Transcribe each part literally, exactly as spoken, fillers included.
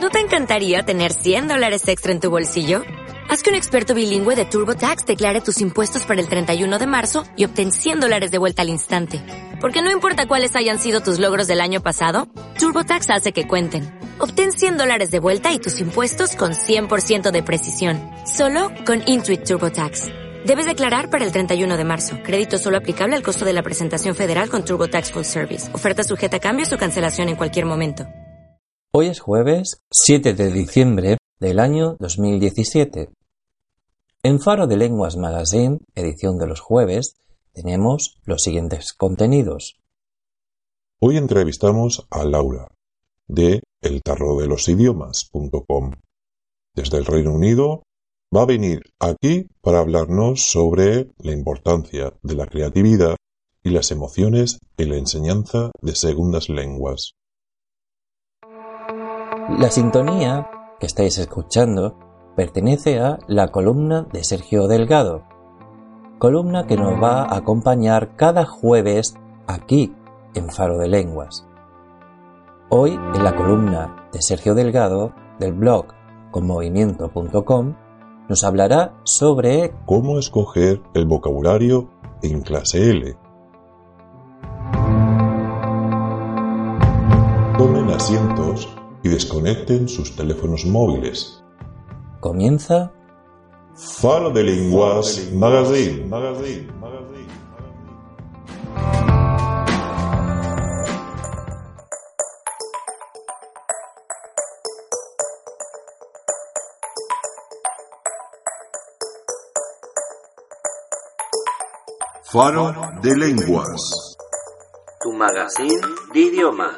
¿No te encantaría tener cien dólares extra en tu bolsillo? Haz que un experto bilingüe de TurboTax declare tus impuestos para el treinta y uno de marzo y obtén cien dólares de vuelta al instante. Porque no importa cuáles hayan sido tus logros del año pasado, TurboTax hace que cuenten. Obtén cien dólares de vuelta y tus impuestos con cien por ciento de precisión. Solo con Intuit TurboTax. Debes declarar para el treinta y uno de marzo. Crédito solo aplicable al costo de la presentación federal con TurboTax Full Service. Oferta sujeta a cambios o cancelación en cualquier momento. Hoy es jueves siete de diciembre del año dos mil diecisiete. En Faro de Lenguas Magazine, edición de los jueves, tenemos los siguientes contenidos. Hoy entrevistamos a Laura, de el tarro de los idiomas punto com. Desde el Reino Unido, va a venir aquí para hablarnos sobre la importancia de la creatividad y las emociones en la enseñanza de segundas lenguas. La sintonía que estáis escuchando pertenece a la columna de Sergio Delgado, columna que nos va a acompañar cada jueves aquí en Faro de Lenguas. Hoy, en la columna de Sergio Delgado del blog conmovimiento punto com, nos hablará sobre cómo escoger el vocabulario en clase L. Tomen asientos y desconecten sus teléfonos móviles. Comienza Faro de Lenguas Magazine. Faro de Lenguas. Tu magazine de idiomas.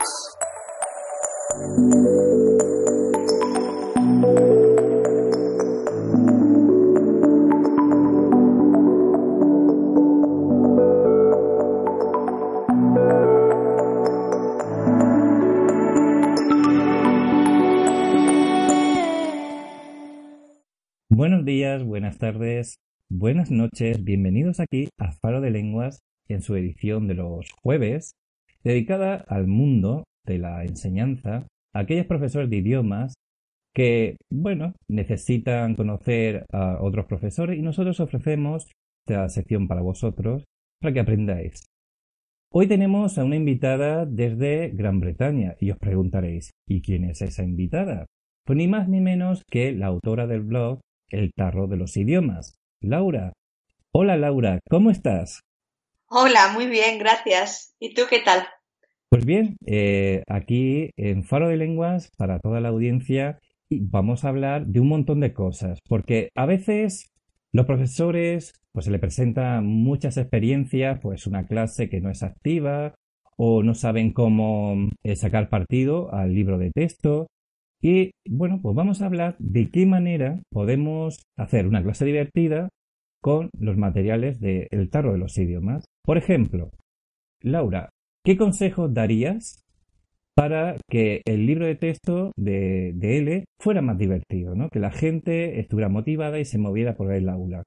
Buenos días, buenas tardes, buenas noches, bienvenidos aquí a Faro de Lenguas en su edición de los jueves, dedicada al mundo de la enseñanza, a aquellos profesores de idiomas que, bueno, necesitan conocer a otros profesores y nosotros ofrecemos esta sección para vosotros para que aprendáis. Hoy tenemos a una invitada desde Gran Bretaña y os preguntaréis, ¿y quién es esa invitada? Pues ni más ni menos que la autora del blog El tarro de los idiomas, Laura. Hola Laura, ¿cómo estás? Hola, muy bien, gracias. ¿Y tú qué tal? Pues bien, eh, aquí en Faro de Lenguas, para toda la audiencia, vamos a hablar de un montón de cosas, porque a veces los profesores pues se le presentan muchas experiencias, pues una clase que no es activa o no saben cómo eh, sacar partido al libro de texto. Y bueno, pues vamos a hablar de qué manera podemos hacer una clase divertida con los materiales de El tarro de los idiomas. Por ejemplo, Laura, ¿qué consejos darías para que el libro de texto de, de L fuera más divertido, ¿no? Que la gente estuviera motivada y se moviera por el aula?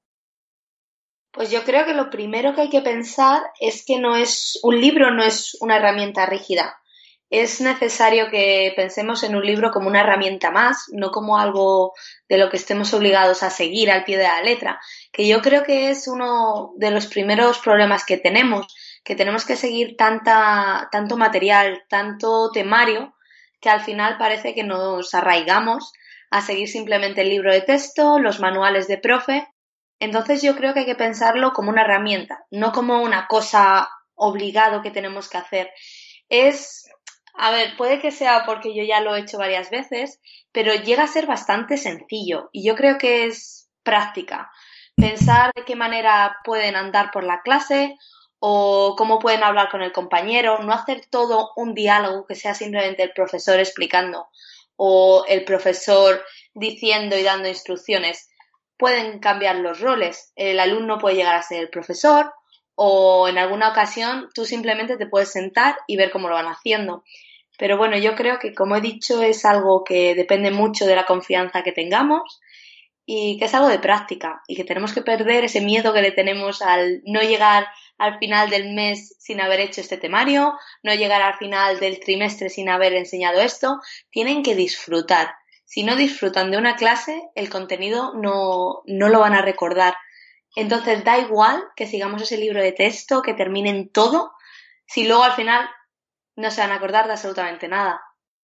Pues yo creo que lo primero que hay que pensar es que no es un libro, no es una herramienta rígida. Es necesario que pensemos en un libro como una herramienta más, no como algo de lo que estemos obligados a seguir al pie de la letra, que yo creo que es uno de los primeros problemas que tenemos, que tenemos que seguir tanta, tanto material, tanto temario, que al final parece que nos arraigamos a seguir simplemente el libro de texto, los manuales de profe. Entonces yo creo que hay que pensarlo como una herramienta, no como una cosa obligado que tenemos que hacer. Es... A ver, puede que sea porque yo ya lo he hecho varias veces, pero llega a ser bastante sencillo y yo creo que es práctica. Pensar de qué manera pueden andar por la clase o cómo pueden hablar con el compañero, no hacer todo un diálogo que sea simplemente el profesor explicando o el profesor diciendo y dando instrucciones. Pueden cambiar los roles. El alumno puede llegar a ser el profesor o en alguna ocasión tú simplemente te puedes sentar y ver cómo lo van haciendo. Pero bueno, yo creo que, como he dicho, es algo que depende mucho de la confianza que tengamos y que es algo de práctica y que tenemos que perder ese miedo que le tenemos al no llegar al final del mes sin haber hecho este temario, no llegar al final del trimestre sin haber enseñado esto. Tienen que disfrutar. si no disfrutan de una clase, el contenido no, no lo van a recordar. Entonces da igual que sigamos ese libro de texto, que terminen todo, si luego al final no se van a acordar de absolutamente nada.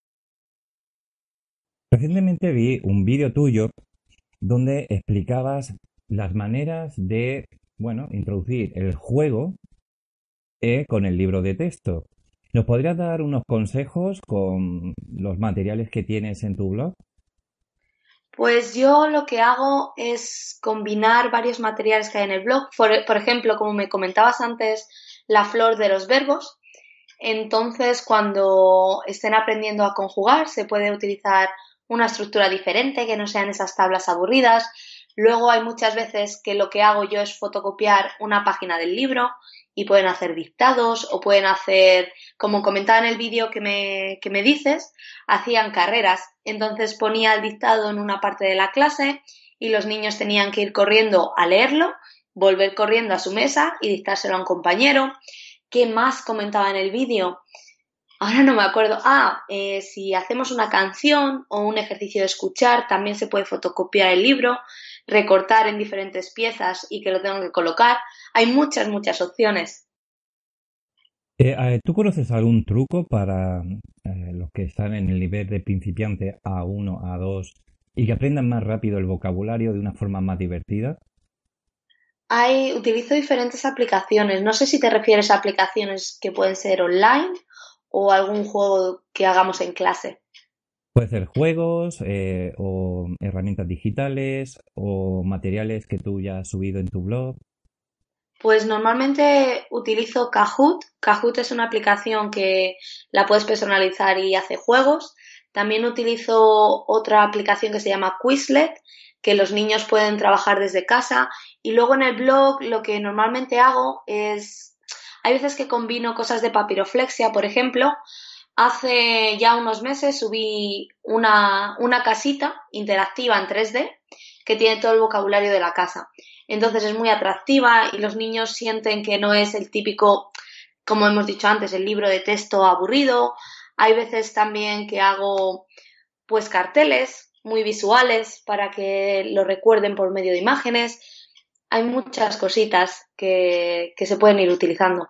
Recientemente vi un vídeo tuyo donde explicabas las maneras de, bueno, introducir el juego eh, con el libro de texto. ¿Nos podrías dar unos consejos con los materiales que tienes en tu blog? Pues yo lo que hago es combinar varios materiales que hay en el blog. Por, por ejemplo, como me comentabas antes, la flor de los verbos. Entonces, cuando estén aprendiendo a conjugar, se puede utilizar una estructura diferente, que no sean esas tablas aburridas. Luego hay muchas veces que lo que hago yo es fotocopiar una página del libro y pueden hacer dictados o pueden hacer, como comentaba en el vídeo que me, que me dices, hacían carreras. Entonces ponía el dictado en una parte de la clase y los niños tenían que ir corriendo a leerlo, volver corriendo a su mesa y dictárselo a un compañero. ¿Qué más comentaba en el vídeo? Ahora no me acuerdo. Ah, eh, si hacemos una canción o un ejercicio de escuchar, también se puede fotocopiar el libro, recortar en diferentes piezas y que lo tengan que colocar. Hay muchas, muchas opciones. Eh, eh, ¿Tú conoces algún truco para eh, los que están en el nivel de principiante A uno, A dos y que aprendan más rápido el vocabulario de una forma más divertida? Hay, utilizo diferentes aplicaciones. No sé si te refieres a aplicaciones que pueden ser online o algún juego que hagamos en clase. Puede ser juegos eh, o herramientas digitales o materiales que tú ya has subido en tu blog. Pues normalmente utilizo Kahoot. Kahoot es una aplicación que la puedes personalizar y hace juegos. También utilizo otra aplicación que se llama Quizlet, que los niños pueden trabajar desde casa. Y luego en el blog lo que normalmente hago es... Hay veces que combino cosas de papiroflexia, por ejemplo. Hace ya unos meses subí una, una casita interactiva en tres D que tiene todo el vocabulario de la casa. Entonces es muy atractiva y los niños sienten que no es el típico, como hemos dicho antes, el libro de texto aburrido. Hay veces también que hago pues carteles muy visuales para que lo recuerden por medio de imágenes. Hay muchas cositas que, que se pueden ir utilizando.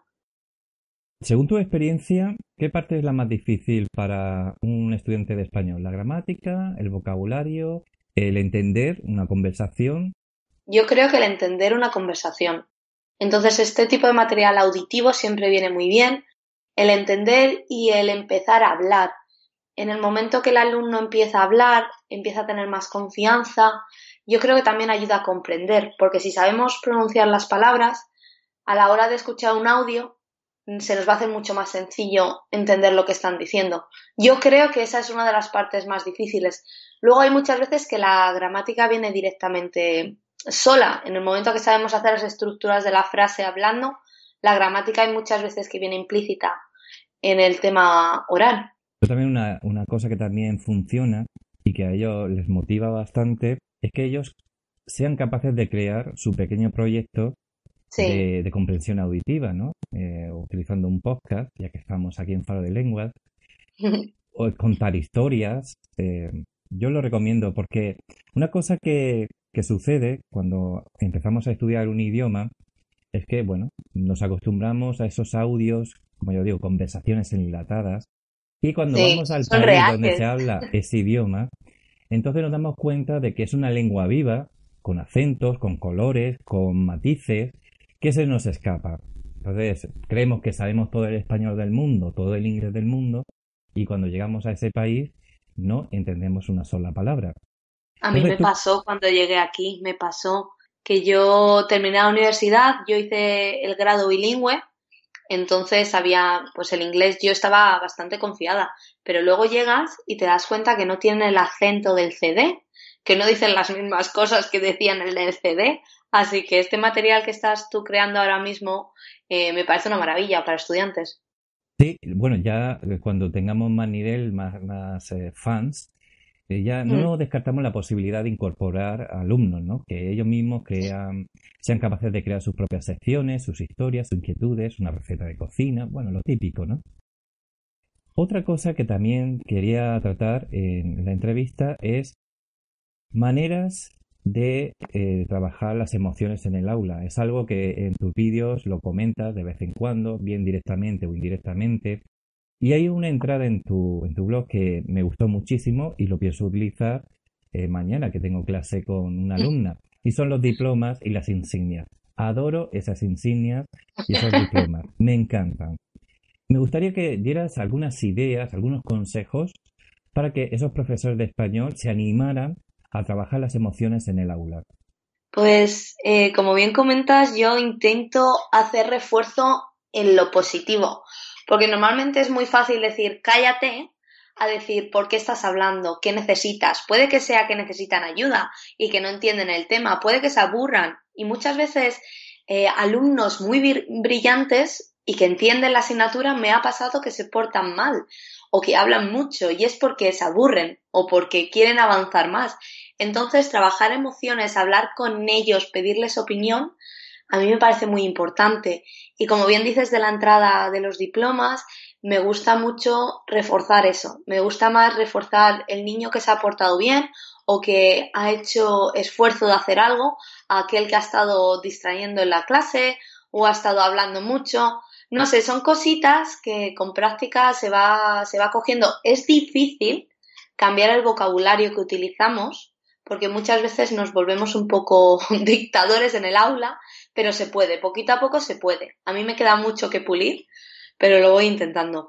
Según tu experiencia, ¿qué parte es la más difícil para un estudiante de español? ¿La gramática, el vocabulario, el entender una conversación? Yo creo que el entender una conversación. Entonces, este tipo de material auditivo siempre viene muy bien. El entender y el empezar a hablar. En el momento que el alumno empieza a hablar, empieza a tener más confianza, yo creo que también ayuda a comprender, porque si sabemos pronunciar las palabras, a la hora de escuchar un audio, se nos va a hacer mucho más sencillo entender lo que están diciendo. Yo creo que esa es una de las partes más difíciles. Luego hay muchas veces que la gramática viene directamente sola. En el momento que sabemos hacer las estructuras de la frase hablando, la gramática hay muchas veces que viene implícita en el tema oral. Pero también una, una cosa que también funciona y que a ellos les motiva bastante es que ellos sean capaces de crear su pequeño proyecto Sí. de, de comprensión auditiva, ¿no? Eh, utilizando un podcast, ya que estamos aquí en Faro de Lenguas, o contar historias. Eh, yo lo recomiendo porque una cosa que, que sucede cuando empezamos a estudiar un idioma es que, bueno, nos acostumbramos a esos audios, como yo digo, conversaciones enlatadas, y cuando Sí, vamos al son país reales. donde se habla ese idioma, entonces nos damos cuenta de que es una lengua viva, con acentos, con colores, con matices, que se nos escapa. Entonces, creemos que sabemos todo el español del mundo, todo el inglés del mundo, y cuando llegamos a ese país no entendemos una sola palabra. A mí Entonces, me tú- pasó cuando llegué aquí, me pasó que yo terminé la universidad, yo hice el grado bilingüe, entonces había, pues el inglés yo estaba bastante confiada, pero luego llegas y te das cuenta que no tienen el acento del C D, que no dicen las mismas cosas que decían el del C D, así que este material que estás tú creando ahora mismo eh, me parece una maravilla para estudiantes. Sí, bueno, ya eh, cuando tengamos más nivel, más, más eh, fans, eh, ya no Mm. nos descartamos la posibilidad de incorporar alumnos, ¿no? Que ellos mismos crean, sean capaces de crear sus propias secciones, sus historias, sus inquietudes, una receta de cocina, bueno, lo típico, ¿no? Otra cosa que también quería tratar en la entrevista es maneras de eh, trabajar las emociones en el aula. Es algo que en tus vídeos lo comentas de vez en cuando, bien directamente o indirectamente. Y hay una entrada en tu, en tu blog que me gustó muchísimo y lo pienso utilizar eh, mañana que tengo clase con una alumna. Y son los diplomas y las insignias. Adoro esas insignias y esos diplomas. Me encantan. Me gustaría que dieras algunas ideas, algunos consejos para que esos profesores de español se animaran a trabajar las emociones en el aula. Pues, eh, como bien comentas, yo intento hacer refuerzo en lo positivo, porque normalmente es muy fácil decir cállate a decir por qué estás hablando, qué necesitas. Puede que sea que necesitan ayuda y que no entienden el tema, puede que se aburran y muchas veces eh, alumnos muy brillantes y que entienden la asignatura me ha pasado que se portan mal o que hablan mucho y es porque se aburren o porque quieren avanzar más. Entonces, trabajar emociones, hablar con ellos, pedirles opinión, a mí me parece muy importante. Y como bien dices de la entrada de los diplomas, me gusta mucho reforzar eso. Me gusta más reforzar el niño que se ha portado bien o que ha hecho esfuerzo de hacer algo a aquel que ha estado distrayendo en la clase o ha estado hablando mucho. No sé, son cositas que con práctica se va, se va cogiendo. Es difícil cambiar el vocabulario que utilizamos porque muchas veces nos volvemos un poco dictadores en el aula, pero se puede, poquito a poco se puede. A mí me queda mucho que pulir, pero lo voy intentando.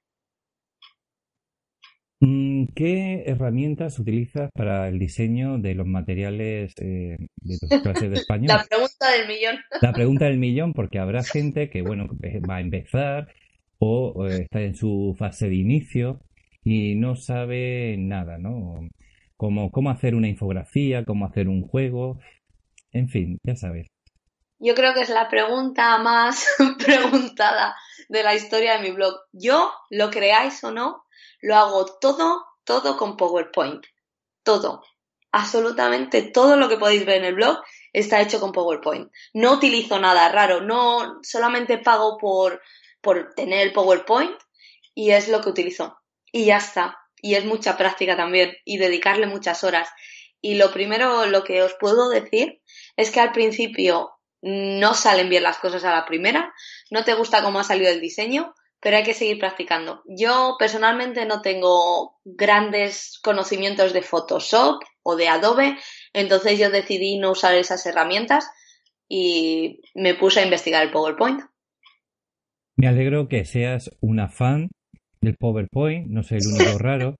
¿Qué herramientas utilizas para el diseño de los materiales eh, de tus clases de español? La pregunta del millón. La pregunta del millón, porque habrá gente que, bueno, va a empezar o, o está en su fase de inicio y no sabe nada, ¿no? Cómo, cómo hacer una infografía, cómo hacer un juego, en fin, ya sabes. Yo creo que es la pregunta más preguntada de la historia de mi blog. Yo, lo creáis o no, lo hago todo, todo con PowerPoint. Todo. Absolutamente todo lo que podéis ver en el blog está hecho con PowerPoint. No utilizo nada raro, no solamente pago por, por tener el PowerPoint y es lo que utilizo. Y ya está. Y es mucha práctica también y dedicarle muchas horas. Y lo primero, lo que os puedo decir es que al principio no salen bien las cosas a la primera, no te gusta cómo ha salido el diseño, pero hay que seguir practicando. Yo personalmente no tengo grandes conocimientos de Photoshop o de Adobe, entonces yo decidí no usar esas herramientas y me puse a investigar el PowerPoint. Me alegro que seas una fan del PowerPoint, no soy el único raro.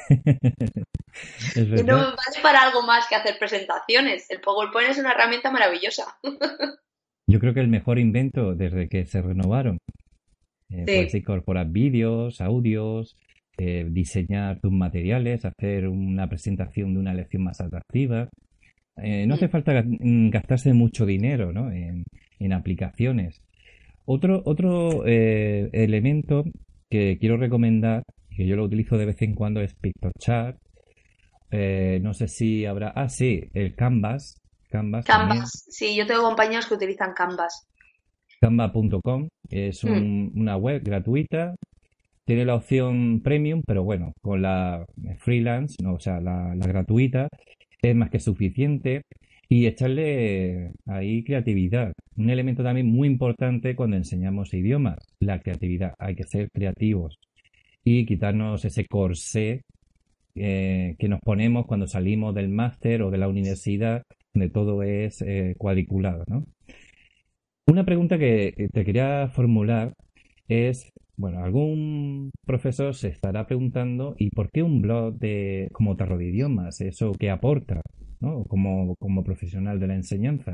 Es verdad. No me vale para algo más que hacer presentaciones. El PowerPoint es una herramienta maravillosa. Yo creo que el mejor invento desde que se renovaron. Eh, sí. Puedes incorporar vídeos, audios, eh, diseñar tus materiales, hacer una presentación de una lección más atractiva. Eh, no hace falta gastarse mucho dinero, ¿no? en, en aplicaciones. Otro, otro eh, elemento que quiero recomendar, que yo lo utilizo de vez en cuando, es PictoChart. Eh, no sé si habrá... Ah, sí, el Canvas. Canvas, Canvas. Sí, yo tengo compañeros que utilizan Canvas. Canva punto com es un, mm. una web gratuita. Tiene la opción premium, pero bueno, con la freelance, no, o sea, la, la gratuita, es más que suficiente. Y echarle ahí creatividad. Un elemento también muy importante cuando enseñamos idiomas, la creatividad. Hay que ser creativos y quitarnos ese corsé eh, que nos ponemos cuando salimos del máster o de la universidad, donde todo es eh, cuadriculado, ¿no? Una pregunta que te quería formular es, bueno, algún profesor se estará preguntando ¿y por qué un blog de como Tarro de Idiomas? ¿Eso qué aporta, ¿no? Como, como profesional de la enseñanza.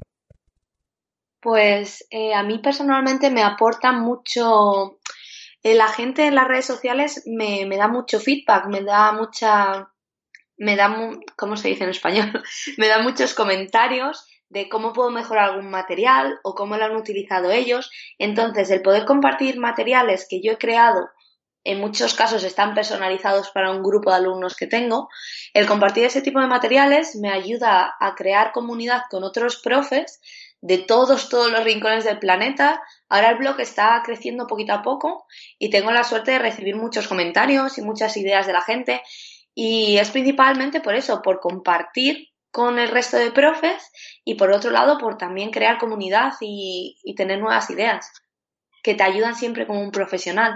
Pues eh, a mí personalmente me aporta mucho, eh, la gente en las redes sociales me, me da mucho feedback, me da mucha, me da, mu- ¿cómo se dice en español? Me da muchos comentarios de cómo puedo mejorar algún material o cómo lo han utilizado ellos. Entonces, el poder compartir materiales que yo he creado, en muchos casos están personalizados para un grupo de alumnos que tengo, el compartir ese tipo de materiales me ayuda a crear comunidad con otros profes de todos, todos los rincones del planeta. Ahora el blog está creciendo poquito a poco y tengo la suerte de recibir muchos comentarios y muchas ideas de la gente. Y es principalmente por eso, por compartir con el resto de profes y por otro lado por también crear comunidad y, y tener nuevas ideas que te ayudan siempre como un profesional.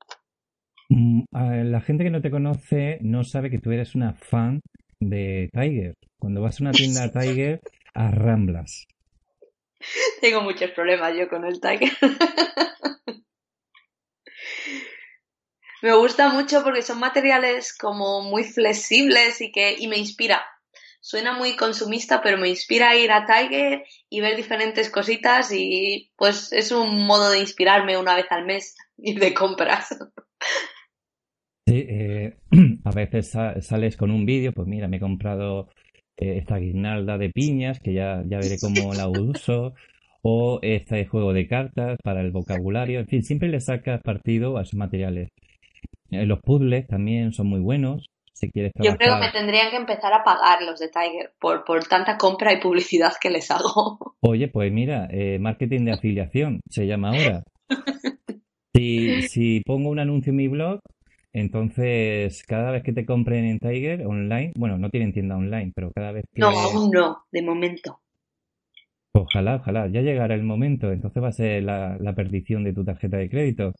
La gente que no te conoce no sabe que tú eres una fan de Tiger. Cuando vas a una tienda Tiger, arramblas. Tengo muchos problemas yo con el Tiger. Me gusta mucho porque son materiales como muy flexibles y que y me inspira. Suena muy consumista, pero me inspira a ir a Tiger y ver diferentes cositas y pues es un modo de inspirarme una vez al mes, ir de compras. Sí, eh, a veces sa- sales con un vídeo, pues mira, me he comprado eh, esta guirnalda de piñas, que ya, ya veré cómo la uso, o este juego de cartas para el vocabulario, en fin, siempre le sacas partido a esos materiales. Eh, los puzzles también son muy buenos, si quieres Yo creo que trabajar. me tendrían que empezar a pagar los de Tiger por, por tanta compra y publicidad que les hago. Oye, pues mira, eh, marketing de afiliación se llama ahora. Si, si pongo un anuncio en mi blog, entonces cada vez que te compren en Tiger online, bueno, no tienen tienda online, pero cada vez No, que... aún no, de momento. Ojalá, ojalá, ya llegará el momento, entonces va a ser la, la perdición de tu tarjeta de crédito.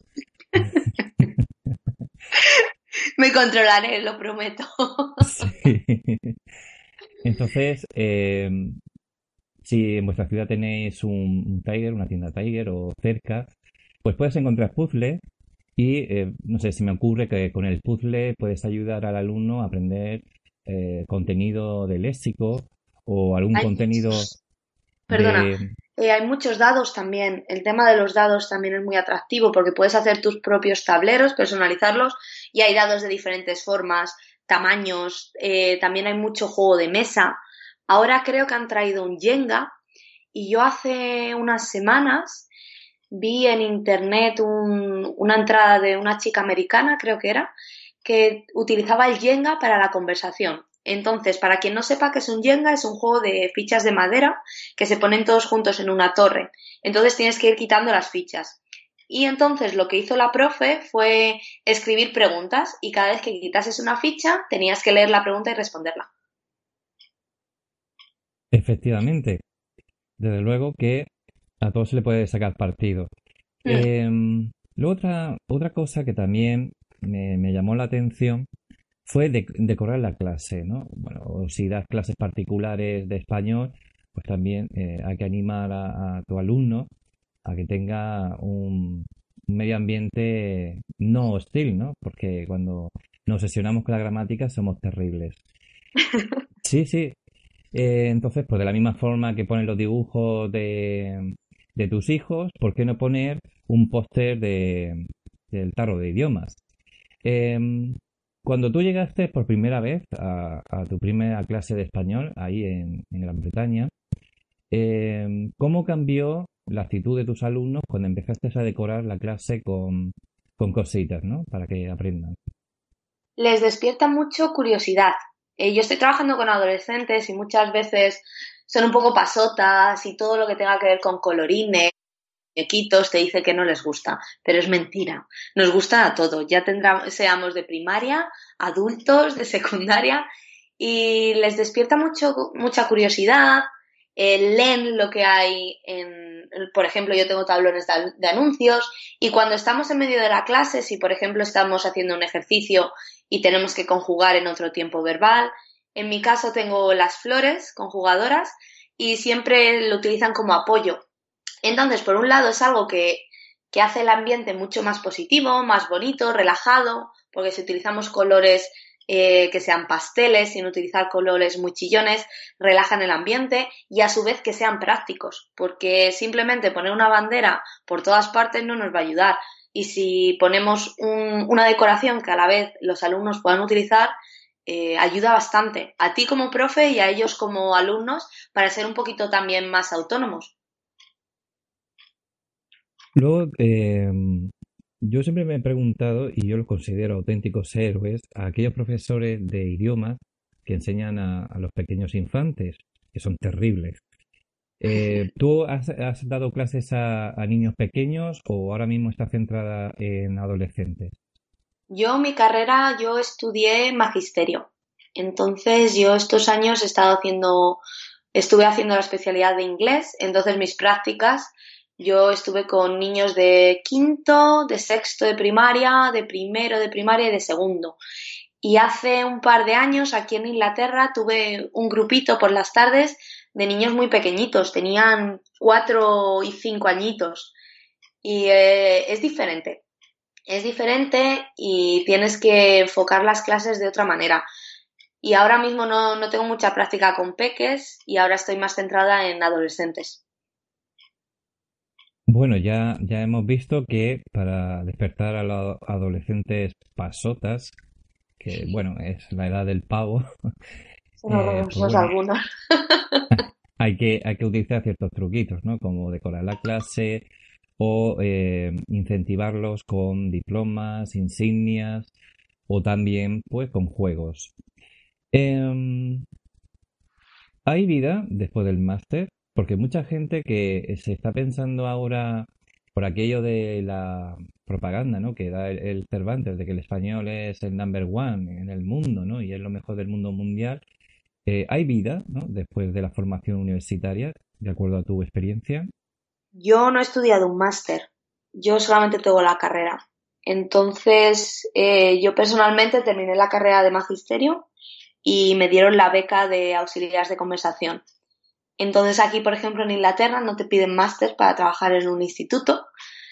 Me controlaré, lo prometo. Sí. Entonces, eh, si en vuestra ciudad tenéis un, un Tiger, una tienda Tiger o cerca, pues puedes encontrar puzzles y eh, no sé, si me ocurre que con el puzzle puedes ayudar al alumno a aprender eh, contenido de léxico o algún Hay contenido muchos, perdona, de... eh, hay muchos dados también. El tema de los dados también es muy atractivo porque puedes hacer tus propios tableros, personalizarlos y hay dados de diferentes formas, tamaños. Eh, también hay mucho juego de mesa. Ahora creo que han traído un Jenga y yo hace unas semanas vi en internet un- una entrada de una chica americana, creo que era, que utilizaba el Jenga para la conversación. Entonces, para quien no sepa qué es un Jenga, es un juego de fichas de madera que se ponen todos juntos en una torre. Entonces tienes que ir quitando las fichas. Y entonces lo que hizo la profe fue escribir preguntas y cada vez que quitases una ficha tenías que leer la pregunta y responderla. Efectivamente, desde luego que a todos se le puede sacar partido. Mm. Eh, luego otra, otra cosa que también me, me llamó la atención fue de- decorar la clase, ¿no? Bueno, o si das clases particulares de español, pues también eh, hay que animar a, a tu alumno a que tenga un, un medio ambiente no hostil, ¿no? Porque cuando nos obsesionamos con la gramática somos terribles. Sí, sí. Eh, entonces, pues de la misma forma que ponen los dibujos de, de tus hijos, ¿por qué no poner un póster de, del tarro de idiomas? Em, Cuando tú llegaste por primera vez a, a tu primera clase de español ahí en, en Gran Bretaña, em, ¿cómo cambió la actitud de tus alumnos cuando empezaste a decorar la clase con, con cositas, ¿no? Para que aprendan. Les despierta mucho curiosidad. Eh, yo estoy trabajando con adolescentes y muchas veces son un poco pasotas y todo lo que tenga que ver con colorines, muñequitos, te dice que no les gusta, pero es mentira. Nos gusta a todos, ya tendrá, seamos de primaria, adultos, de secundaria y les despierta mucho, mucha curiosidad. Eh, leen lo que hay en, por ejemplo, yo tengo tablones de, de anuncios y cuando estamos en medio de la clase, si por ejemplo estamos haciendo un ejercicio y tenemos que conjugar en otro tiempo verbal, en mi caso tengo las flores conjugadoras y siempre lo utilizan como apoyo. Entonces, por un lado es algo que, que hace el ambiente mucho más positivo, más bonito, relajado, porque si utilizamos colores eh, que sean pasteles, sin utilizar colores muy chillones, relajan el ambiente y a su vez que sean prácticos, porque simplemente poner una bandera por todas partes no nos va a ayudar. Y si ponemos un, una decoración que a la vez los alumnos puedan utilizar, eh, ayuda bastante a ti como profe y a ellos como alumnos para ser un poquito también más autónomos. Luego, eh, yo siempre me he preguntado, y yo los considero auténticos héroes, a aquellos profesores de idiomas que enseñan a, a los pequeños infantes, que son terribles. Eh, ¿Tú has, has dado clases a, a niños pequeños o ahora mismo estás centrada en adolescentes? Yo, mi carrera, yo estudié magisterio. Entonces, yo estos años he estado haciendo, estuve haciendo la especialidad de inglés. Entonces, mis prácticas, yo estuve con niños de quinto, de sexto de primaria, de primero de primaria y de segundo. Y hace un par de años, aquí en Inglaterra, tuve un grupito por las tardes de niños muy pequeñitos. Tenían cuatro y cinco añitos. Y eh, es diferente. Es diferente y tienes que enfocar las clases de otra manera. Y ahora mismo no, no tengo mucha práctica con peques y ahora estoy más centrada en adolescentes. Bueno, ya, ya hemos visto que para despertar a los adolescentes pasotas, que bueno, es la edad del pavo, Son eh, pues horrorosos bueno, algunos. hay que, hay que utilizar ciertos truquitos, ¿no? Como decorar la clase o eh, incentivarlos con diplomas, insignias o también pues con juegos. Eh, ¿Hay vida después del máster? Porque mucha gente que se está pensando ahora por aquello de la propaganda, ¿no? Que da el, el Cervantes, de que el español es el number one en el mundo, ¿no? Y es lo mejor del mundo mundial. Eh, ¿hay vida, ¿no? Después de la formación universitaria, de acuerdo a tu experiencia? Yo no he estudiado un máster, yo solamente tengo la carrera. Entonces, eh, yo personalmente terminé la carrera de magisterio y me dieron la beca de auxiliares de conversación. Entonces aquí, por ejemplo, en Inglaterra no te piden máster para trabajar en un instituto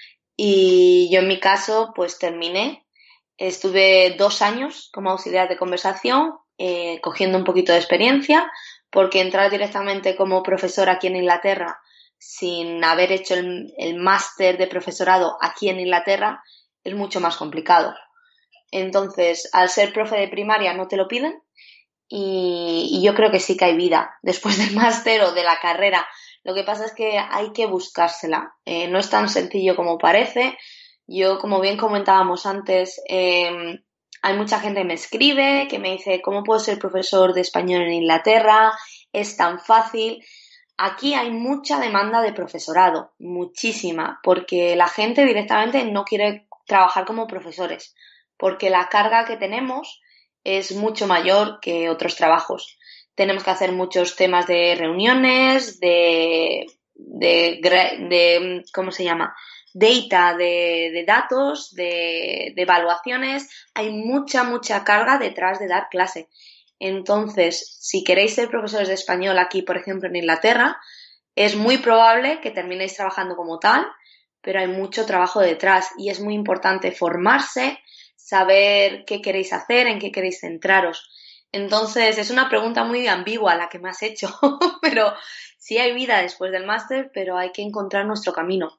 y yo en mi caso pues terminé. Estuve dos años como auxiliar de conversación, eh, cogiendo un poquito de experiencia, porque entrar directamente como profesora aquí en Inglaterra sin haber hecho el, el máster de profesorado aquí en Inglaterra es mucho más complicado. Entonces, al ser profe de primaria no te lo piden y, y yo creo que sí que hay vida después del máster o de la carrera. Lo que pasa es que hay que buscársela. Eh, no es tan sencillo como parece. Yo, como bien comentábamos antes, eh, hay mucha gente que me escribe, que me dice ¿cómo puedo ser profesor de español en Inglaterra? Es tan fácil. Aquí hay mucha demanda de profesorado, muchísima, porque la gente directamente no quiere trabajar como profesores, porque la carga que tenemos es mucho mayor que otros trabajos. Tenemos que hacer muchos temas de reuniones, de, de, de ¿cómo se llama? Data, de, de datos, de, de evaluaciones. Hay mucha, mucha carga detrás de dar clase. Entonces, si queréis ser profesores de español aquí, por ejemplo, en Inglaterra, es muy probable que terminéis trabajando como tal, pero hay mucho trabajo detrás y es muy importante formarse, saber qué queréis hacer, en qué queréis centraros. Entonces, es una pregunta muy ambigua la que me has hecho, pero sí hay vida después del máster, pero hay que encontrar nuestro camino.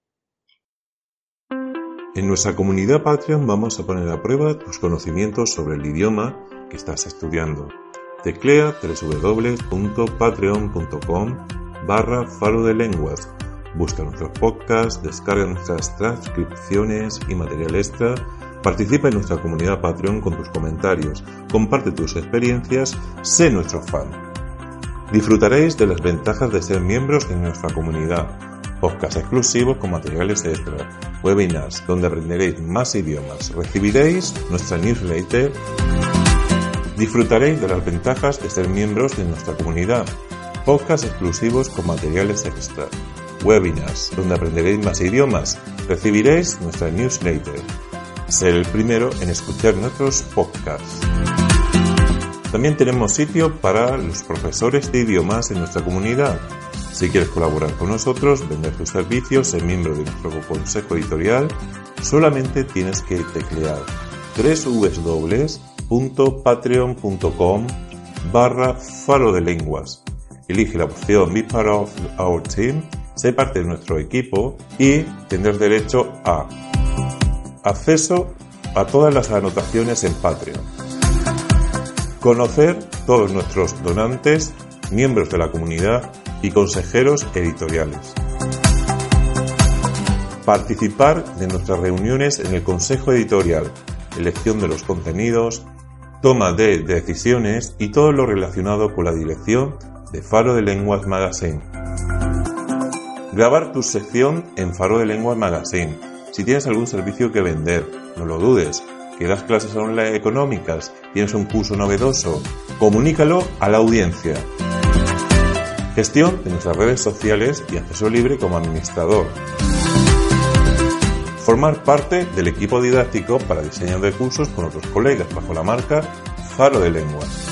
En nuestra comunidad Patreon vamos a poner a prueba tus conocimientos sobre el idioma que estás estudiando. Teclea www.patreon.com barra faro de lenguas. Busca nuestros podcasts, descarga nuestras transcripciones y material extra. Participa en nuestra comunidad Patreon con tus comentarios. Comparte tus experiencias. Sé nuestro fan. Disfrutaréis de las ventajas de ser miembros de nuestra comunidad. Podcasts exclusivos con materiales extra. Webinars donde aprenderéis más idiomas. Recibiréis nuestra newsletter. Disfrutaréis de las ventajas de ser miembros de nuestra comunidad. Podcasts exclusivos con materiales extra. Webinars, donde aprenderéis más idiomas. Recibiréis nuestra newsletter. Ser el primero en escuchar nuestros podcasts. También tenemos sitio para los profesores de idiomas en nuestra comunidad. Si quieres colaborar con nosotros, vender tus servicios, ser miembro de nuestro consejo editorial, solamente tienes que teclear www.patreon.com barra faro de lenguas. Elige la opción Be Part of Our Team, sé parte de nuestro equipo y tendrás derecho a acceso a todas las anotaciones en Patreon, conocer todos nuestros donantes, miembros de la comunidad y consejeros editoriales, participar de nuestras reuniones en el consejo editorial, elección de los contenidos, toma de decisiones y todo lo relacionado con la dirección de Faro de Lenguas Magazine. Grabar tu sección en Faro de Lenguas Magazine. Si tienes algún servicio que vender, no lo dudes. Que das clases online económicas, tienes un curso novedoso, comunícalo a la audiencia. Gestión de nuestras redes sociales y acceso libre como administrador. Formar parte del equipo didáctico para diseño de cursos con otros colegas bajo la marca Faro de Lenguas.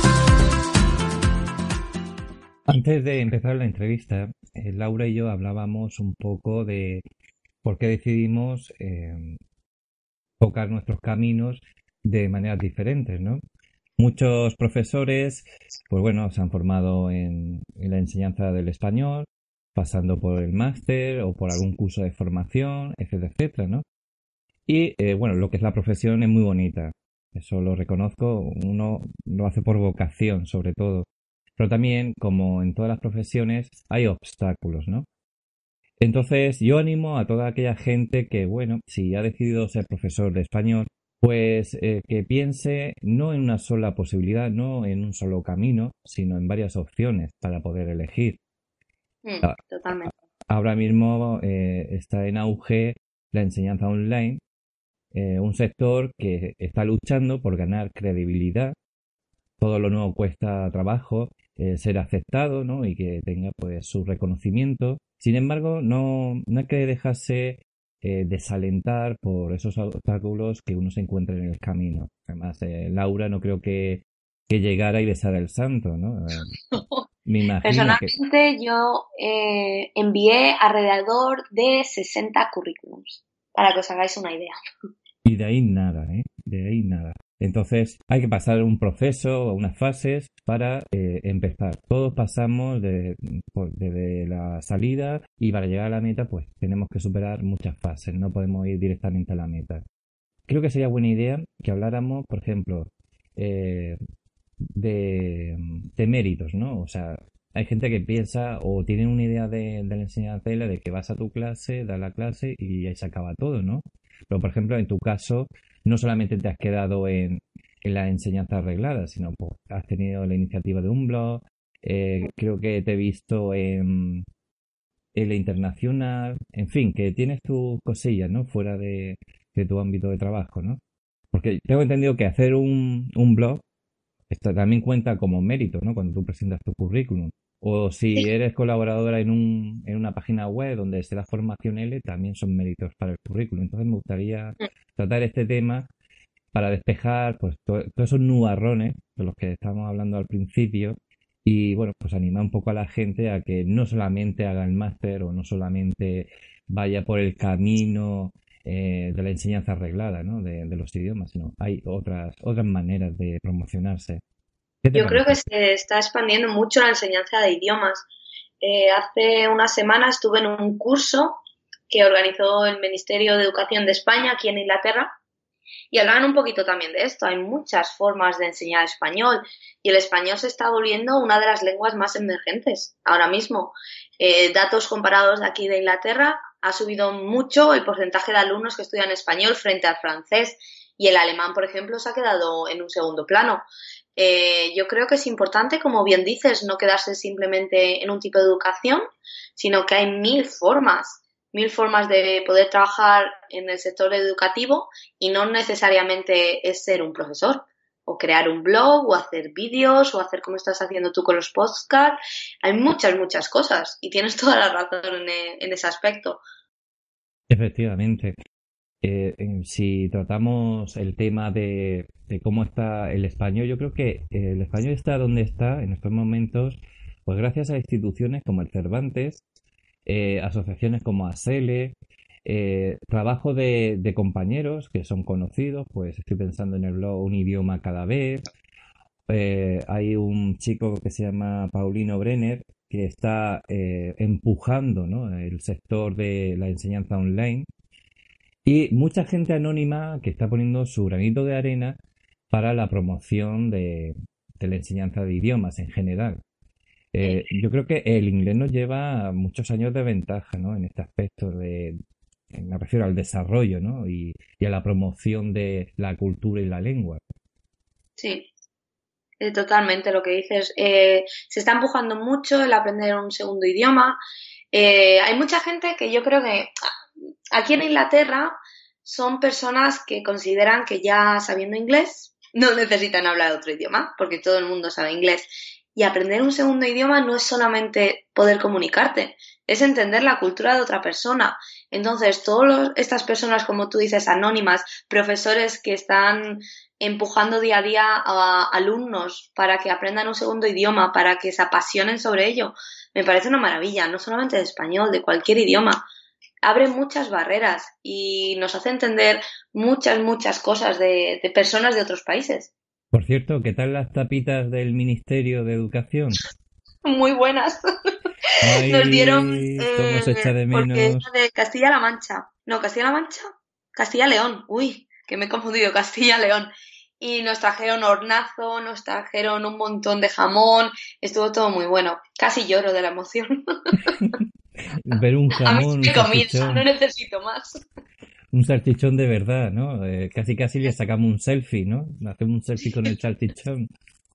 Antes de empezar la entrevista, eh, Laura y yo hablábamos un poco de por qué decidimos eh, tocar nuestros caminos de maneras diferentes, ¿no? Muchos profesores, pues bueno, se han formado en, en la enseñanza del español, pasando por el máster o por algún curso de formación, etcétera, etcétera, ¿no? Y eh, bueno, lo que es la profesión es muy bonita, eso lo reconozco, uno lo hace por vocación sobre todo, pero también, como en todas las profesiones, hay obstáculos, ¿no? Entonces, yo animo a toda aquella gente que, bueno, si ha decidido ser profesor de español, pues eh, que piense no en una sola posibilidad, no en un solo camino, sino en varias opciones para poder elegir. Mm, totalmente. Ahora mismo eh, está en auge la enseñanza online, eh, un sector que está luchando por ganar credibilidad. Todo lo nuevo cuesta trabajo, eh, ser aceptado, ¿no? Y que tenga pues su reconocimiento. Sin embargo, no, no hay que dejarse eh, desalentar por esos obstáculos que uno se encuentra en el camino. Además, eh, Laura no creo que, que llegara y besara el santo, ¿no? Eh, me imagino Personalmente que... yo eh, envié alrededor de sesenta currículums, para que os hagáis una idea. Y de ahí nada, ¿eh? De ahí nada. Entonces hay que pasar un proceso o unas fases para eh, empezar. Todos pasamos desde de, de la salida y para llegar a la meta pues tenemos que superar muchas fases. No podemos ir directamente a la meta. Creo que sería buena idea que habláramos, por ejemplo, eh, de, de méritos, ¿no? O sea, hay gente que piensa o tiene una idea de, de la enseñanza de que vas a tu clase, das la clase y ahí se acaba todo, ¿no? Pero, por ejemplo, en tu caso, no solamente te has quedado en, en la enseñanza arreglada, sino pues, has tenido la iniciativa de un blog, eh, creo que te he visto en, en la internacional, en fin, que tienes tus cosillas, ¿no? Fuera de, de tu ámbito de trabajo, ¿no? Porque tengo entendido que hacer un, un blog esto también cuenta como mérito, ¿no? Cuando tú presentas tu currículum. O si Sí. eres colaboradora en, un, en una página web donde se da formación L, también son méritos para el currículum. Entonces me gustaría tratar este tema para despejar pues to- todos esos nubarrones de los que estábamos hablando al principio y bueno, pues animar un poco a la gente a que no solamente haga el máster o no solamente vaya por el camino eh, de la enseñanza arreglada, ¿no? De, de los idiomas, sino hay otras otras maneras de promocionarse. ¿Qué te Yo creo que parece? se está expandiendo mucho la enseñanza de idiomas. Eh, hace una semana estuve en un curso que organizó el Ministerio de Educación de España aquí en Inglaterra y hablaban un poquito también de esto. Hay muchas formas de enseñar español y el español se está volviendo una de las lenguas más emergentes ahora mismo. Eh, datos comparados de aquí de Inglaterra, ha subido mucho el porcentaje de alumnos que estudian español frente al francés y el alemán, por ejemplo, se ha quedado en un segundo plano. Eh, yo creo que es importante, como bien dices, no quedarse simplemente en un tipo de educación, sino que hay mil formas, mil formas de poder trabajar en el sector educativo y no necesariamente es ser un profesor o crear un blog o hacer vídeos o hacer como estás haciendo tú con los podcasts. Hay muchas, muchas cosas y tienes toda la razón en, en ese aspecto. Efectivamente. Eh, eh, si tratamos el tema de, de cómo está el español, yo creo que eh, el español está donde está en estos momentos, pues gracias a instituciones como el Cervantes, eh, asociaciones como ASELE, eh, trabajo de, de compañeros que son conocidos, pues estoy pensando en el blog Un Idioma Cada Vez. Eh, hay un chico que se llama Paulino Brenner que está eh, empujando, ¿no? El sector de la enseñanza online y mucha gente anónima que está poniendo su granito de arena para la promoción de, de la enseñanza de idiomas en general. Eh, yo creo que el inglés nos lleva muchos años de ventaja, ¿no? En este aspecto de, me refiero al desarrollo, ¿no? Y, y a la promoción de la cultura y la lengua. Sí. Totalmente lo que dices. Eh, se está empujando mucho el aprender un segundo idioma. Eh, hay mucha gente que yo creo que aquí en Inglaterra son personas que consideran que ya sabiendo inglés no necesitan hablar otro idioma, porque todo el mundo sabe inglés. Y aprender un segundo idioma no es solamente poder comunicarte, es entender la cultura de otra persona. Entonces, todas estas personas, como tú dices, anónimas, profesores que están empujando día a día a alumnos para que aprendan un segundo idioma, para que se apasionen sobre ello, me parece una maravilla, no solamente de español, de cualquier idioma. Abre muchas barreras y nos hace entender muchas, muchas cosas de, de personas de otros países. Por cierto, ¿qué tal las tapitas del Ministerio de Educación? Muy buenas. Ay, Nos dieron cómo se echa de eh, porque menos. es de Castilla-La Mancha. No, Castilla-La Mancha. Castilla-León. Uy, que me he confundido. Castilla-León. Y nos trajeron hornazo, nos trajeron un montón de jamón. Estuvo todo muy bueno. Casi lloro de la emoción. Ver un A mí jamón, un sí me comida, salchichón, no necesito más. un salchichón de verdad, ¿no? Eh, casi casi le sacamos un selfie, ¿no? Hacemos un selfie con el salchichón.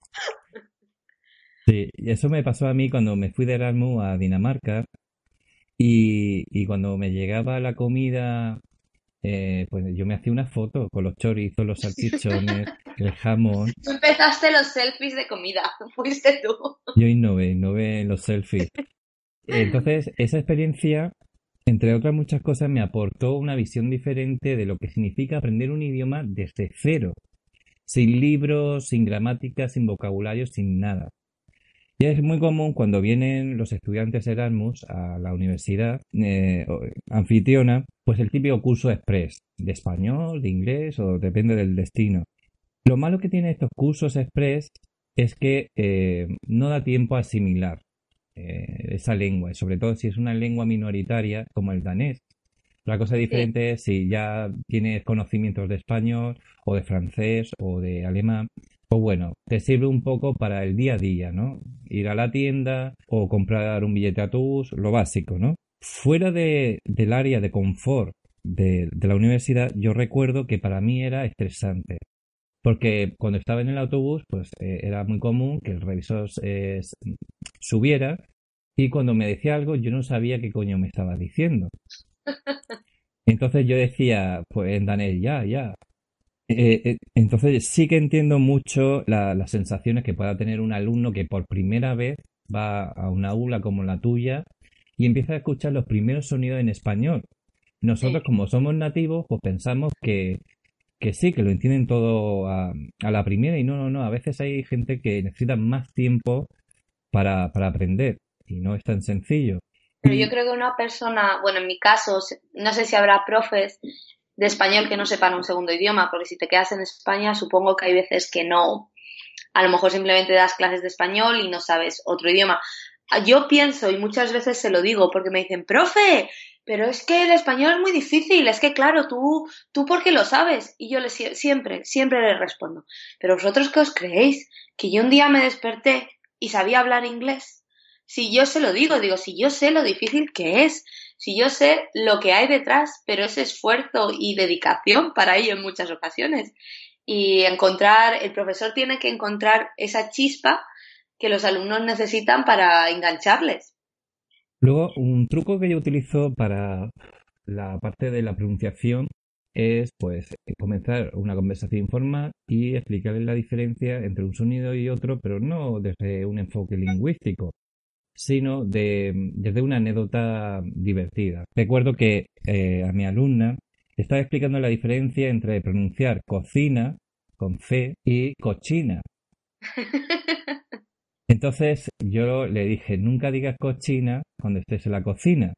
Sí, y eso me pasó a mí cuando me fui de Erasmus a Dinamarca y, y cuando me llegaba la comida, eh, pues yo me hacía una foto con los chorizos, los salchichones, el jamón. Tú empezaste los selfies de comida. Fuiste tú. Yo innové, innové en los selfies. Entonces, esa experiencia, entre otras muchas cosas, me aportó una visión diferente de lo que significa aprender un idioma desde cero, sin libros, sin gramática, sin vocabulario, sin nada. Y es muy común cuando vienen los estudiantes Erasmus a la universidad eh, anfitriona, pues el típico curso express, de español, de inglés o depende del destino. Lo malo que tienen estos cursos express es que eh, no da tiempo a asimilar eh, esa lengua, y sobre todo si es una lengua minoritaria como el danés. La cosa diferente es si ya tienes conocimientos de español o de francés o de alemán, pues bueno, te sirve un poco para el día a día, ¿no? Ir a la tienda o comprar un billete de autobús, lo básico, ¿no? Fuera de, del área de confort de, de la universidad, yo recuerdo que para mí era estresante. Porque cuando estaba en el autobús, pues eh, era muy común que el revisor eh, subiera y cuando me decía algo yo no sabía qué coño me estaba diciendo. Entonces yo decía, pues en danés, ya, ya. Eh, eh, entonces sí que entiendo mucho la- las sensaciones que pueda tener un alumno que por primera vez va a una aula como la tuya y empieza a escuchar los primeros sonidos en español. Nosotros, Sí. como somos nativos, pues pensamos que, que sí, que lo entienden todo a, a la primera y no, no, no. A veces hay gente que necesita más tiempo para, para aprender y no es tan sencillo. Pero yo Y creo que una persona, bueno, en mi caso, se- no sé si habrá profes de español que no sepan un segundo idioma, porque si te quedas en España, supongo que hay veces que no, a lo mejor simplemente das clases de español y no sabes otro idioma. Yo pienso, y muchas veces se lo digo, porque me dicen, profe, pero es que el español es muy difícil, es que claro, tú, tú porque lo sabes. Y yo le sie- siempre, siempre les respondo, pero vosotros qué os creéis, que yo un día me desperté y sabía hablar inglés. Si yo se lo digo, digo, si yo sé lo difícil que es, si yo sé lo que hay detrás, pero es esfuerzo y dedicación para ello en muchas ocasiones. Y encontrar, el profesor tiene que encontrar esa chispa que los alumnos necesitan para engancharles. luego, un truco que yo utilizo para la parte de la pronunciación es, pues, comenzar una conversación informal y explicarles la diferencia entre un sonido y otro, pero no desde un enfoque lingüístico, sino de, desde una anécdota divertida. Recuerdo que eh, a mi alumna estaba explicando la diferencia entre pronunciar cocina con C y cochina. Entonces yo le dije, nunca digas cochina cuando estés en la cocina.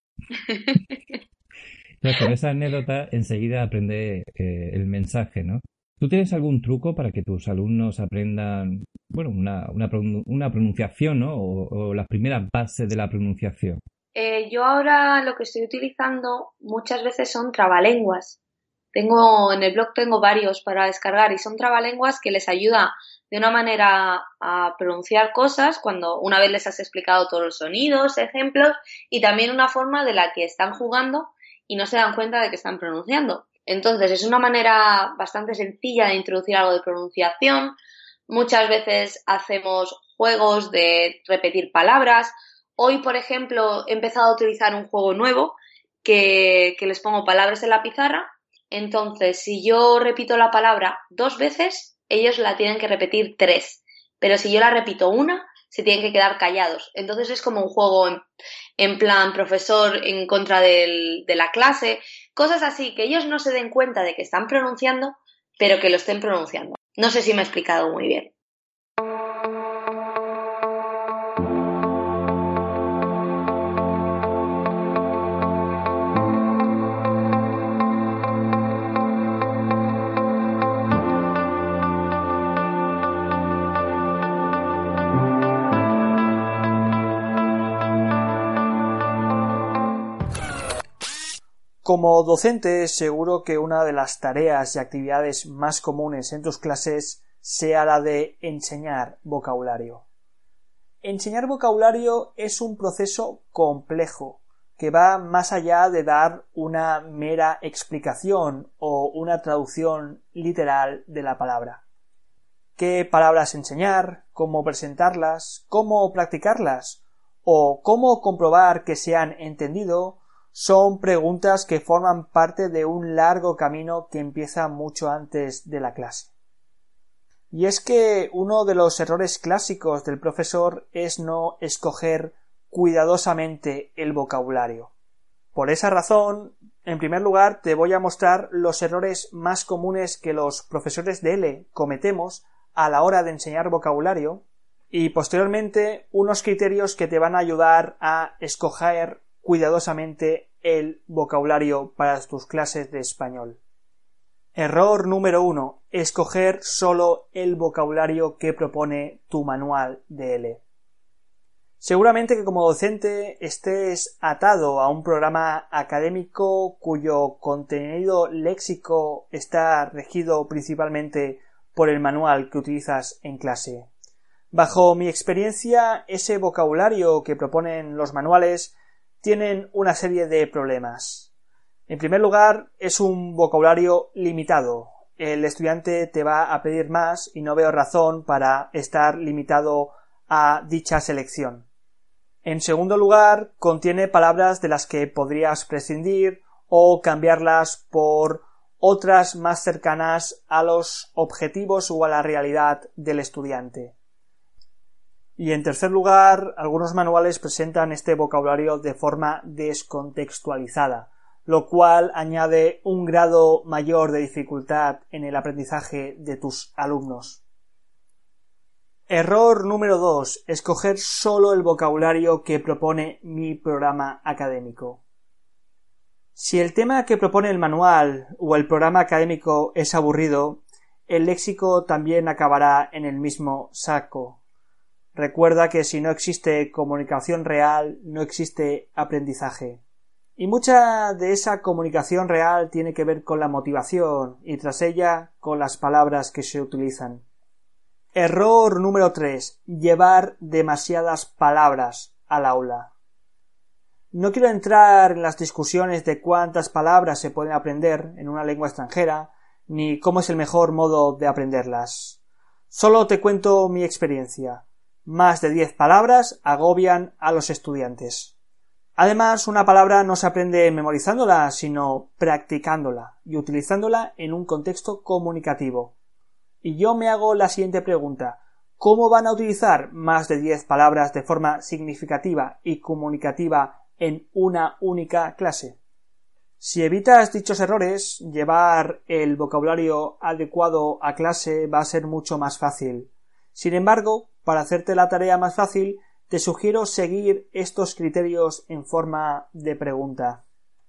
Entonces con esa anécdota enseguida aprende eh, el mensaje, ¿no? ¿Tú tienes algún truco para que tus alumnos aprendan, bueno, una, una, pronun- una pronunciación, ¿no? O, o las primeras bases de la pronunciación. Eh, yo ahora lo que estoy utilizando muchas veces son trabalenguas. Tengo, en el blog tengo varios para descargar y son trabalenguas que les ayuda de una manera a pronunciar cosas cuando una vez les has explicado todos los sonidos, ejemplos y también una forma de la que están jugando y no se dan cuenta de que están pronunciando. Entonces es una manera bastante sencilla de introducir algo de pronunciación. Muchas veces hacemos juegos de repetir palabras Hoy, por ejemplo, he empezado a utilizar un juego nuevo que, que les pongo palabras en la pizarra. Entonces, si yo repito la palabra dos veces, ellos la tienen que repetir tres. Pero si yo la repito una, se tienen que quedar callados. Entonces es como un juego en, en plan profesor en contra del, de la clase. Cosas así, que ellos no se den cuenta de que están pronunciando, pero que lo estén pronunciando. No sé si me he explicado muy bien. Como docente, seguro que una de las tareas y actividades más comunes en tus clases sea la de enseñar vocabulario. Enseñar vocabulario es un proceso complejo que va más allá de dar una mera explicación o una traducción literal de la palabra. ¿Qué palabras enseñar? ¿Cómo presentarlas? ¿Cómo practicarlas? ¿O cómo comprobar que se han entendido? Son preguntas que forman parte de un largo camino que empieza mucho antes de la clase. Y es que uno de los errores clásicos del profesor es no escoger cuidadosamente el vocabulario. Por esa razón, en primer lugar, te voy a mostrar los errores más comunes que los profesores de L cometemos a la hora de enseñar vocabulario y posteriormente unos criterios que te van a ayudar a escoger cuidadosamente el vocabulario para tus clases de español. Error número uno. Escoger solo el vocabulario que propone tu manual de L. Seguramente que como docente estés atado a un programa académico cuyo contenido léxico está regido principalmente por el manual que utilizas en clase. Bajo mi experiencia, ese vocabulario que proponen los manuales tienen una serie de problemas. En primer lugar, es un vocabulario limitado. El estudiante te va a pedir más y no veo razón para estar limitado a dicha selección. En segundo lugar, contiene palabras de las que podrías prescindir o cambiarlas por otras más cercanas a los objetivos o a la realidad del estudiante. Y en tercer lugar, algunos manuales presentan este vocabulario de forma descontextualizada, lo cual añade un grado mayor de dificultad en el aprendizaje de tus alumnos. Error número dos. Escoger solo el vocabulario que propone mi programa académico. Si el tema que propone el manual o el programa académico es aburrido, el léxico también acabará en el mismo saco. Recuerda que si no existe comunicación real, no existe aprendizaje. Y mucha de esa comunicación real tiene que ver con la motivación y tras ella con las palabras que se utilizan. Error número tres. Llevar demasiadas palabras al aula. No quiero entrar en las discusiones de cuántas palabras se pueden aprender en una lengua extranjera, ni cómo es el mejor modo de aprenderlas. Solo te cuento mi experiencia. Más de diez palabras agobian a los estudiantes. Además, una palabra no se aprende memorizándola, sino practicándola y utilizándola en un contexto comunicativo. Y yo me hago la siguiente pregunta. ¿Cómo van a utilizar más de diez palabras de forma significativa y comunicativa en una única clase? Si evitas dichos errores, llevar el vocabulario adecuado a clase va a ser mucho más fácil. Sin embargo, para hacerte la tarea más fácil, te sugiero seguir estos criterios en forma de pregunta.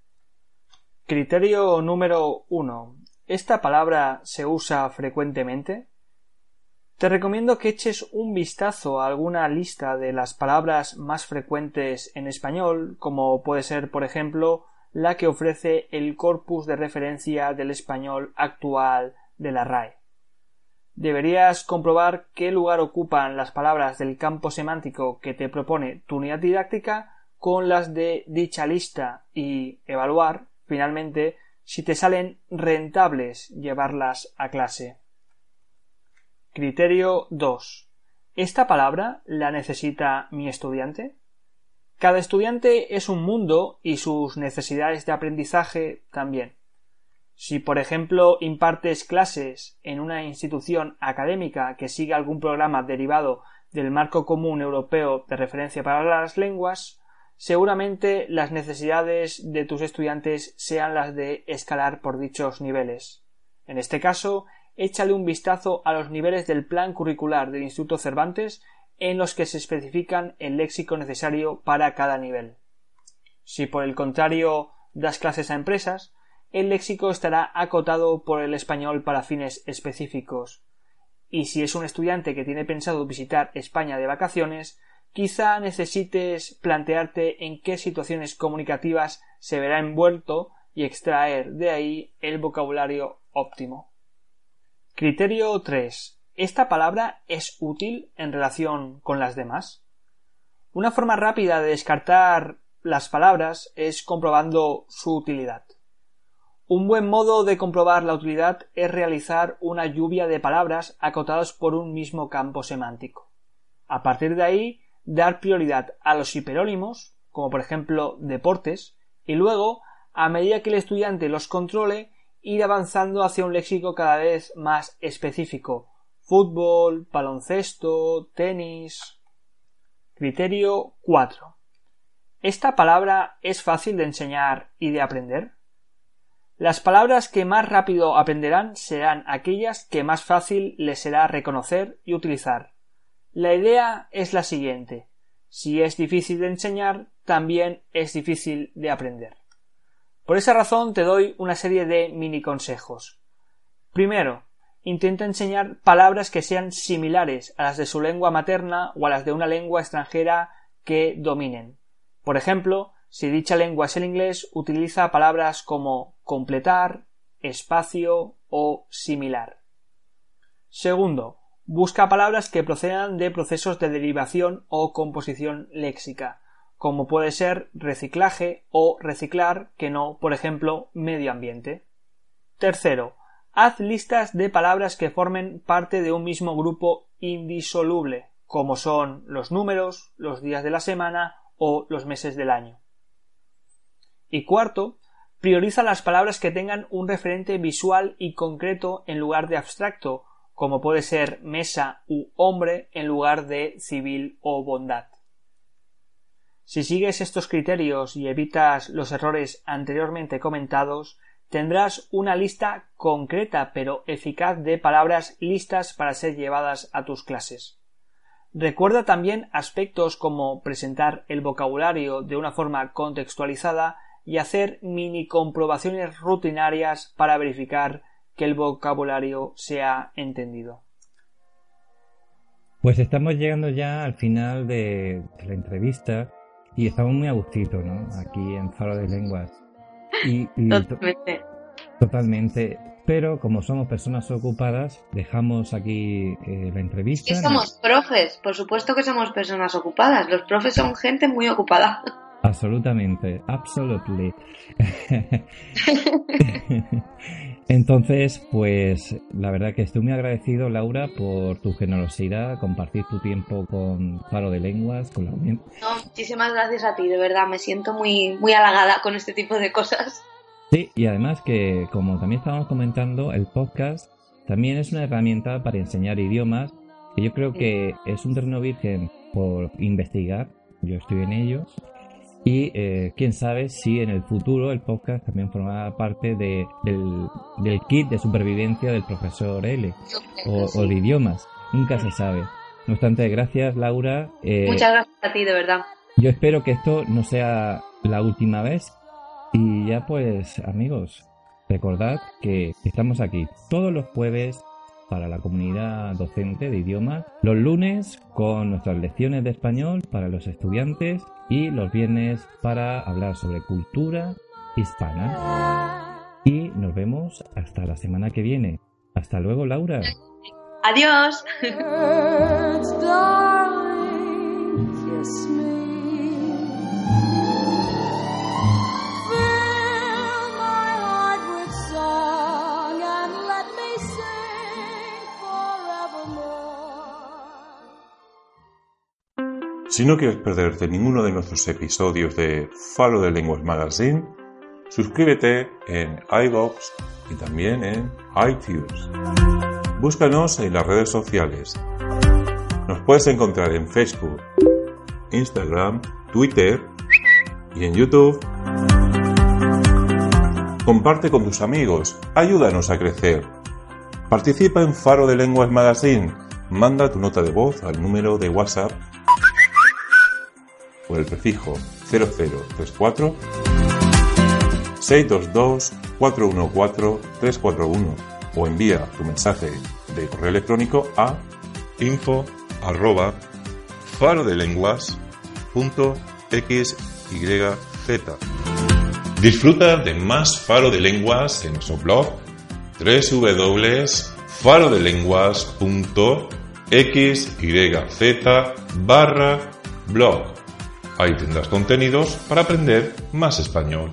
Criterio número uno. ¿Esta palabra se usa frecuentemente? Te recomiendo que eches un vistazo a alguna lista de las palabras más frecuentes en español, como puede ser, por ejemplo, la que ofrece el corpus de referencia del español actual de la R A E. Deberías comprobar qué lugar ocupan las palabras del campo semántico que te propone tu unidad didáctica con las de dicha lista y evaluar, finalmente, si te salen rentables llevarlas a clase. Criterio dos. ¿Esta palabra la necesita mi estudiante? Cada estudiante es un mundo y sus necesidades de aprendizaje también. Si, por ejemplo, impartes clases en una institución académica que sigue algún programa derivado del Marco Común Europeo de Referencia para las Lenguas, seguramente las necesidades de tus estudiantes sean las de escalar por dichos niveles. En este caso, échale un vistazo a los niveles del plan curricular del Instituto Cervantes en los que se especifican el léxico necesario para cada nivel. Si por el contrario das clases a empresas, el léxico estará acotado por el español para fines específicos. Y si es un estudiante que tiene pensado visitar España de vacaciones, quizá necesites plantearte en qué situaciones comunicativas se verá envuelto y extraer de ahí el vocabulario óptimo. Criterio tres. ¿Esta palabra es útil en relación con las demás? Una forma rápida de descartar las palabras es comprobando su utilidad. Un buen modo de comprobar la utilidad es realizar una lluvia de palabras acotadas por un mismo campo semántico. A partir de ahí, dar prioridad a los hiperónimos, como por ejemplo deportes, y luego, a medida que el estudiante los controle, ir avanzando hacia un léxico cada vez más específico: fútbol, baloncesto, tenis. Criterio cuatro. ¿Esta palabra es fácil de enseñar y de aprender? Las palabras que más rápido aprenderán serán aquellas que más fácil les será reconocer y utilizar. La idea es la siguiente: si es difícil de enseñar, también es difícil de aprender. Por esa razón te doy una serie de mini consejos. Primero, intenta enseñar palabras que sean similares a las de su lengua materna o a las de una lengua extranjera que dominen. Por ejemplo, si dicha lengua es el inglés, utiliza palabras como completar, espacio o similar. Segundo, busca palabras que procedan de procesos de derivación o composición léxica, como puede ser reciclaje o reciclar, que no, por ejemplo, medio ambiente. Tercero, haz listas de palabras que formen parte de un mismo grupo indisoluble, como son los números, los días de la semana o los meses del año. Y cuarto, prioriza las palabras que tengan un referente visual y concreto en lugar de abstracto, como puede ser mesa u hombre en lugar de civil o bondad. Si sigues estos criterios y evitas los errores anteriormente comentados, tendrás una lista concreta pero eficaz de palabras listas para ser llevadas a tus clases. Recuerda también aspectos como presentar el vocabulario de una forma contextualizada y hacer mini comprobaciones rutinarias para verificar que el vocabulario sea entendido. Pues estamos llegando ya al final de, de la entrevista y estamos muy a gustito, ¿no? Aquí en Faro de Lenguas. Y, y Totalmente. To- totalmente. Pero como somos personas ocupadas, dejamos aquí eh, la entrevista. Es que somos profes, por supuesto que somos personas ocupadas. Los profes son gente muy ocupada. Absolutamente, absolutely. Entonces, pues la verdad que estoy muy agradecido, Laura, por tu generosidad, compartir tu tiempo con Faro de Lenguas, con la audiencia. No, muchísimas gracias a ti, de verdad, me siento muy, muy halagada con este tipo de cosas. Sí, y además que, como también estábamos comentando, el podcast también es una herramienta para enseñar idiomas, que yo creo que es un terreno virgen por investigar, yo estoy en ello. Y eh, quién sabe si en el futuro el podcast también formará parte de, del, del kit de supervivencia del profesor L o, o de idiomas. Nunca se sabe. No obstante, gracias, Laura. Eh, Muchas gracias a ti, de verdad. Yo espero que esto no sea la última vez. Y ya pues, amigos, recordad que estamos aquí todos los jueves para la comunidad docente de idiomas, los lunes con nuestras lecciones de español para los estudiantes y los viernes para hablar sobre cultura hispana. Y nos vemos hasta la semana que viene. Hasta luego, Laura. Adiós. Si no quieres perderte ninguno de nuestros episodios de Faro de Lenguas Magazine, suscríbete en iVoox y también en iTunes. Búscanos en las redes sociales. Nos puedes encontrar en Facebook, Instagram, Twitter y en YouTube. Comparte con tus amigos, ayúdanos a crecer. Participa en Faro de Lenguas Magazine. Manda tu nota de voz al número de WhatsApp por el prefijo cero cero tres cuatro seis dos dos cuatro uno cuatro tres cuatro uno o envía tu mensaje de correo electrónico a info arroba farodelenguas punto xyz. Disfruta de más Faro de Lenguas en nuestro blog doble u doble u doble u punto farodelenguas punto xyz barra blog. Ahí tendrás contenidos para aprender más español.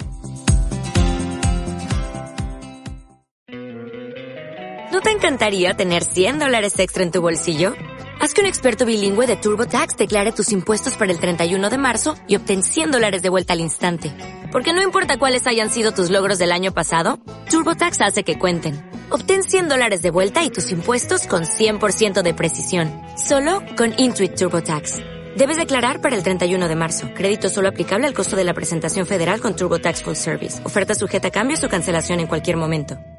¿No te encantaría tener cien dólares extra en tu bolsillo? Haz que un experto bilingüe de TurboTax declare tus impuestos para el treinta y uno de marzo y obtén cien dólares de vuelta al instante. Porque no importa cuáles hayan sido tus logros del año pasado, TurboTax hace que cuenten. Obtén cien dólares de vuelta y tus impuestos con cien por ciento de precisión. Solo con Intuit TurboTax. Debes declarar para el treinta y uno de marzo. Crédito solo aplicable al costo de la presentación federal con TurboTax Full Service. Oferta sujeta a cambios o cancelación en cualquier momento.